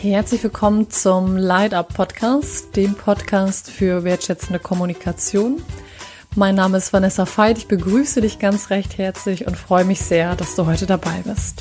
Herzlich willkommen zum Light Up Podcast, dem Podcast für wertschätzende Kommunikation. Mein Name ist Vanessa Veit, ich begrüße dich ganz recht herzlich und freue mich sehr, dass du heute dabei bist.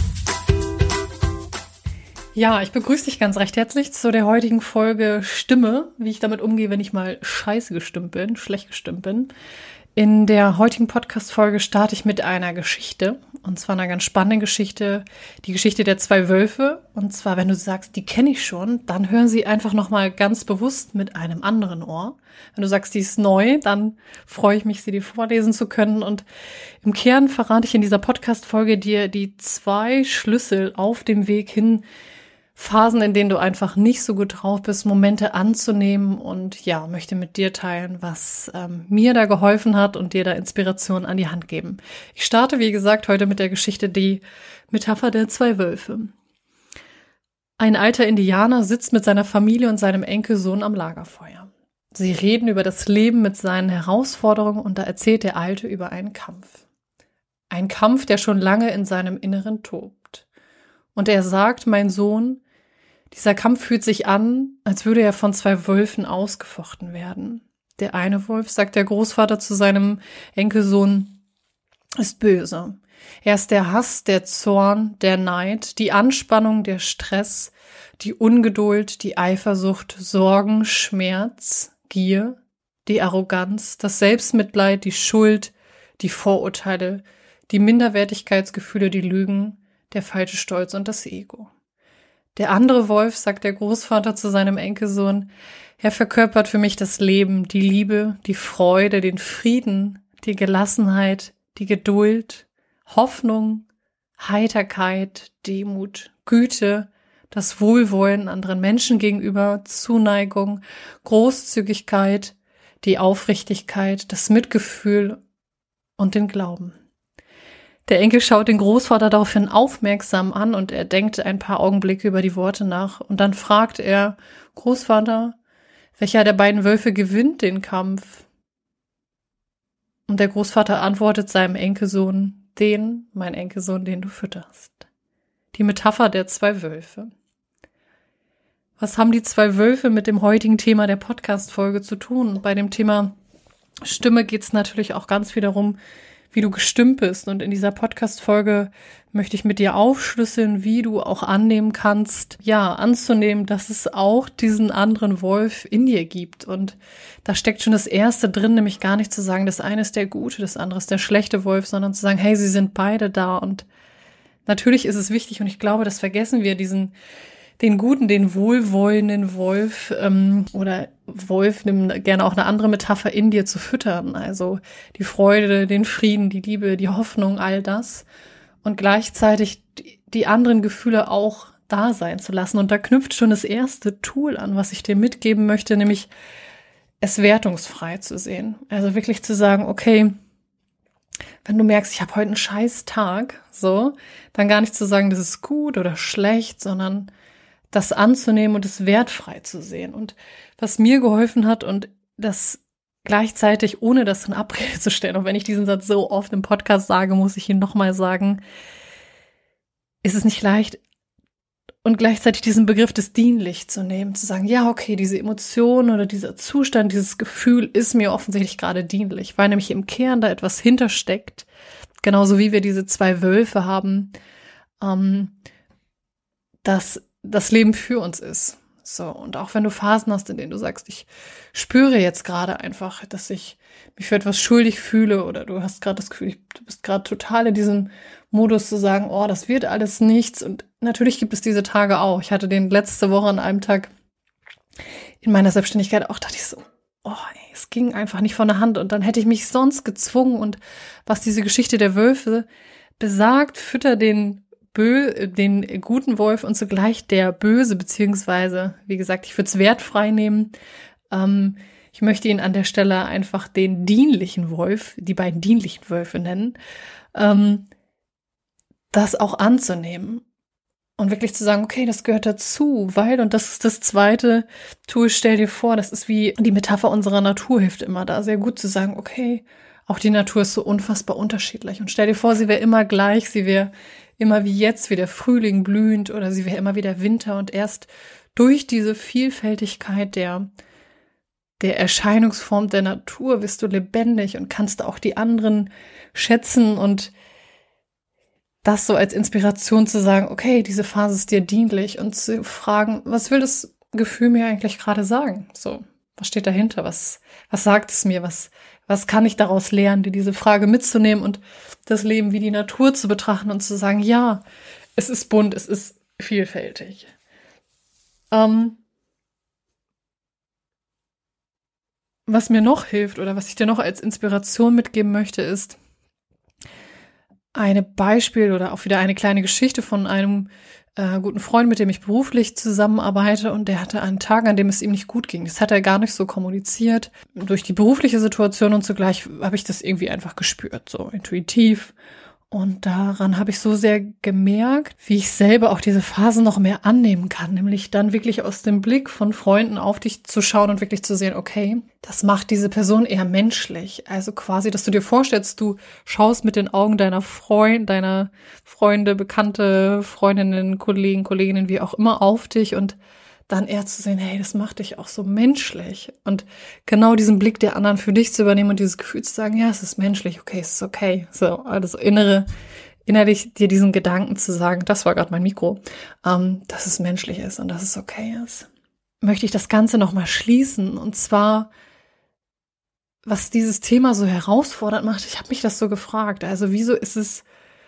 Ja, ich begrüße dich ganz recht herzlich zu der heutigen Folge Stimme, wie ich damit umgehe, wenn ich mal schlecht gestimmt bin. In der heutigen Podcast-Folge starte ich mit einer Geschichte, und zwar einer ganz spannenden Geschichte, die Geschichte der zwei Wölfe. Und zwar, wenn du sagst, die kenne ich schon, dann hören sie einfach nochmal ganz bewusst mit einem anderen Ohr. Wenn du sagst, die ist neu, dann freue ich mich, sie dir vorlesen zu können. Und im Kern verrate ich in dieser Podcast-Folge dir die 2 Schlüssel auf dem Weg hin, Phasen, in denen du einfach nicht so gut drauf bist, Momente anzunehmen, und ja, möchte mit dir teilen, was mir da geholfen hat und dir da Inspiration an die Hand geben. Ich starte, wie gesagt, heute mit der Geschichte Die Metapher der 2 Wölfe. Ein alter Indianer sitzt mit seiner Familie und seinem Enkelsohn am Lagerfeuer. Sie reden über das Leben mit seinen Herausforderungen, und da erzählt der Alte über einen Kampf. Ein Kampf, der schon lange in seinem Inneren tobt. Und er sagt, mein Sohn, dieser Kampf fühlt sich an, als würde er von 2 Wölfen ausgefochten werden. Der eine Wolf, sagt der Großvater zu seinem Enkelsohn, ist böse. Er ist der Hass, der Zorn, der Neid, die Anspannung, der Stress, die Ungeduld, die Eifersucht, Sorgen, Schmerz, Gier, die Arroganz, das Selbstmitleid, die Schuld, die Vorurteile, die Minderwertigkeitsgefühle, die Lügen, der falsche Stolz und das Ego. Der andere Wolf, sagt der Großvater zu seinem Enkelsohn, er verkörpert für mich das Leben, die Liebe, die Freude, den Frieden, die Gelassenheit, die Geduld, Hoffnung, Heiterkeit, Demut, Güte, das Wohlwollen anderen Menschen gegenüber, Zuneigung, Großzügigkeit, die Aufrichtigkeit, das Mitgefühl und den Glauben. Der Enkel schaut den Großvater daraufhin aufmerksam an, und er denkt ein paar Augenblicke über die Worte nach, und dann fragt er, Großvater, welcher der beiden Wölfe gewinnt den Kampf? Und der Großvater antwortet seinem Enkelsohn, mein Enkelsohn, den du fütterst. Die Metapher der 2 Wölfe. Was haben die 2 Wölfe mit dem heutigen Thema der Podcast-Folge zu tun? Bei dem Thema Stimme geht es natürlich auch ganz viel darum, wie du gestimmt bist. Und in dieser Podcast-Folge möchte ich mit dir aufschlüsseln, wie du auch annehmen kannst, anzunehmen, dass es auch diesen anderen Wolf in dir gibt. Und da steckt schon das Erste drin, nämlich gar nicht zu sagen, das eine ist der gute, das andere ist der schlechte Wolf, sondern zu sagen, hey, sie sind beide da. Und natürlich ist es wichtig, und ich glaube, das vergessen wir, den guten, den wohlwollenden Wolf oder Wolf, nimm gerne auch eine andere Metapher, in dir zu füttern. Also die Freude, den Frieden, die Liebe, die Hoffnung, all das. Und gleichzeitig die anderen Gefühle auch da sein zu lassen. Und da knüpft schon das erste Tool an, was ich dir mitgeben möchte, nämlich es wertungsfrei zu sehen. Also wirklich zu sagen, okay, wenn du merkst, ich habe heute einen scheiß Tag, so, dann gar nicht zu sagen, das ist gut oder schlecht, sondern das anzunehmen und es wertfrei zu sehen. Und was mir geholfen hat, und das gleichzeitig, ohne das in Abrede zu stellen, und wenn ich diesen Satz so oft im Podcast sage, muss ich ihn nochmal sagen, ist es nicht leicht, und gleichzeitig diesen Begriff des dienlich zu nehmen, zu sagen, ja, okay, diese Emotion oder dieser Zustand, dieses Gefühl ist mir offensichtlich gerade dienlich, weil nämlich im Kern da etwas hintersteckt, genauso wie wir diese 2 Wölfe haben, das Leben für uns ist. So, und auch wenn du Phasen hast, in denen du sagst, ich spüre jetzt gerade einfach, dass ich mich für etwas schuldig fühle, oder du hast gerade das Gefühl, du bist gerade total in diesem Modus zu sagen, oh, das wird alles nichts. Und natürlich gibt es diese Tage auch. Ich hatte den letzte Woche an einem Tag in meiner Selbstständigkeit auch, dachte ich so, es ging einfach nicht von der Hand, und dann hätte ich mich sonst gezwungen. Und was diese Geschichte der Wölfe besagt, fütter den guten Wolf und zugleich der böse, beziehungsweise, wie gesagt, ich würde es wertfrei nehmen. Ich möchte ihn an der Stelle einfach den dienlichen Wolf, die beiden dienlichen Wölfe nennen, das auch anzunehmen und wirklich zu sagen, okay, das gehört dazu, weil, und das ist das zweite Tool, stell dir vor, das ist wie die Metapher unserer Natur, hilft immer da sehr gut zu sagen, okay, auch die Natur ist so unfassbar unterschiedlich. Und stell dir vor, sie wäre immer gleich, sie wäre immer wie jetzt, wie der Frühling blühend oder sie wäre immer wie der Winter. Und erst durch diese Vielfältigkeit der Erscheinungsform der Natur wirst du lebendig und kannst auch die anderen schätzen und das so als Inspiration zu sagen, okay, diese Phase ist dir dienlich und zu fragen, was will das Gefühl mir eigentlich gerade sagen? So, was steht dahinter? Was sagt es mir? Was kann ich daraus lernen, dir diese Frage mitzunehmen und das Leben wie die Natur zu betrachten und zu sagen, ja, es ist bunt, es ist vielfältig. Was mir noch hilft oder was ich dir noch als Inspiration mitgeben möchte, ist ein Beispiel oder auch wieder eine kleine Geschichte von einem guten Freund, mit dem ich beruflich zusammenarbeite, und der hatte einen Tag, an dem es ihm nicht gut ging. Das hat er gar nicht so kommuniziert. Durch die berufliche Situation und zugleich habe ich das irgendwie einfach gespürt, so intuitiv. Und daran habe ich so sehr gemerkt, wie ich selber auch diese Phase noch mehr annehmen kann, nämlich dann wirklich aus dem Blick von Freunden auf dich zu schauen und wirklich zu sehen, okay, das macht diese Person eher menschlich. Also quasi, dass du dir vorstellst, du schaust mit den Augen deiner Freunde, Bekannte, Freundinnen, Kollegen, Kolleginnen, wie auch immer auf dich und dann eher zu sehen, hey, das macht dich auch so menschlich. Und genau diesen Blick der anderen für dich zu übernehmen und dieses Gefühl zu sagen, ja, es ist menschlich, okay, es ist okay. So, also innerlich dir diesen Gedanken zu sagen, das war gerade mein Mikro, dass es menschlich ist und dass es okay ist. Möchte ich das Ganze nochmal schließen. Und zwar, was dieses Thema so herausfordernd macht, ich habe mich das so gefragt. Also wieso ist es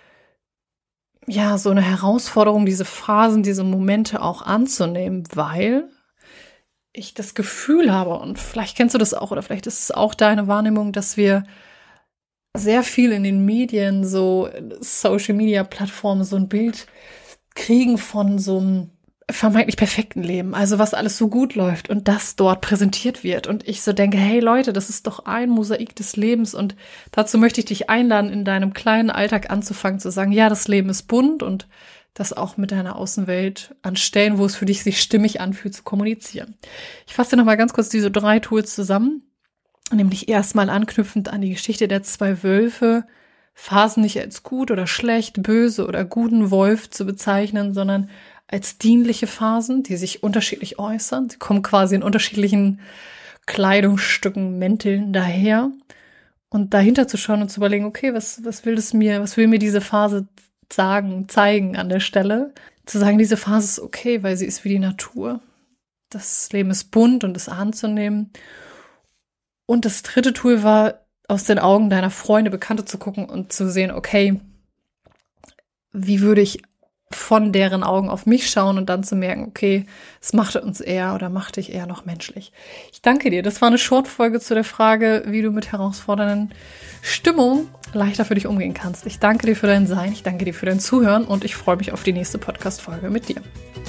ja so eine Herausforderung, diese Phasen, diese Momente auch anzunehmen, weil ich das Gefühl habe, und vielleicht kennst du das auch oder vielleicht ist es auch deine Wahrnehmung, dass wir sehr viel in den Medien, so Social-Media-Plattformen, so ein Bild kriegen von so einem vermeintlich perfekten Leben, also was alles so gut läuft und das dort präsentiert wird. Und ich so denke, hey Leute, das ist doch ein Mosaik des Lebens und dazu möchte ich dich einladen, in deinem kleinen Alltag anzufangen zu sagen, ja, das Leben ist bunt und das auch mit deiner Außenwelt an Stellen, wo es für dich sich stimmig anfühlt, zu kommunizieren. Ich fasse dir nochmal ganz kurz diese 3 Tools zusammen, nämlich erstmal anknüpfend an die Geschichte der 2 Wölfe, Phasen nicht als gut oder schlecht, böse oder guten Wolf zu bezeichnen, sondern als dienliche Phasen, die sich unterschiedlich äußern. Sie kommen quasi in unterschiedlichen Kleidungsstücken, Mänteln daher. Und dahinter zu schauen und zu überlegen, okay, was will mir diese Phase sagen, zeigen an der Stelle? Zu sagen, diese Phase ist okay, weil sie ist wie die Natur. Das Leben ist bunt und es anzunehmen. Und das 3. Tool war, aus den Augen deiner Freunde, Bekannte zu gucken und zu sehen, okay, wie würde ich von deren Augen auf mich schauen und dann zu merken, okay, es machte uns eher oder machte ich eher noch menschlich. Ich danke dir. Das war eine Short-Folge zu der Frage, wie du mit herausfordernden Stimmungen leichter für dich umgehen kannst. Ich danke dir für dein Sein, ich danke dir für dein Zuhören und ich freue mich auf die nächste Podcast-Folge mit dir.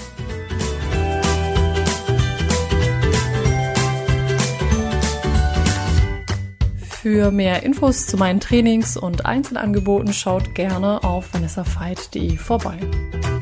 Für mehr Infos zu meinen Trainings und Einzelangeboten schaut gerne auf vanessaveit.de vorbei.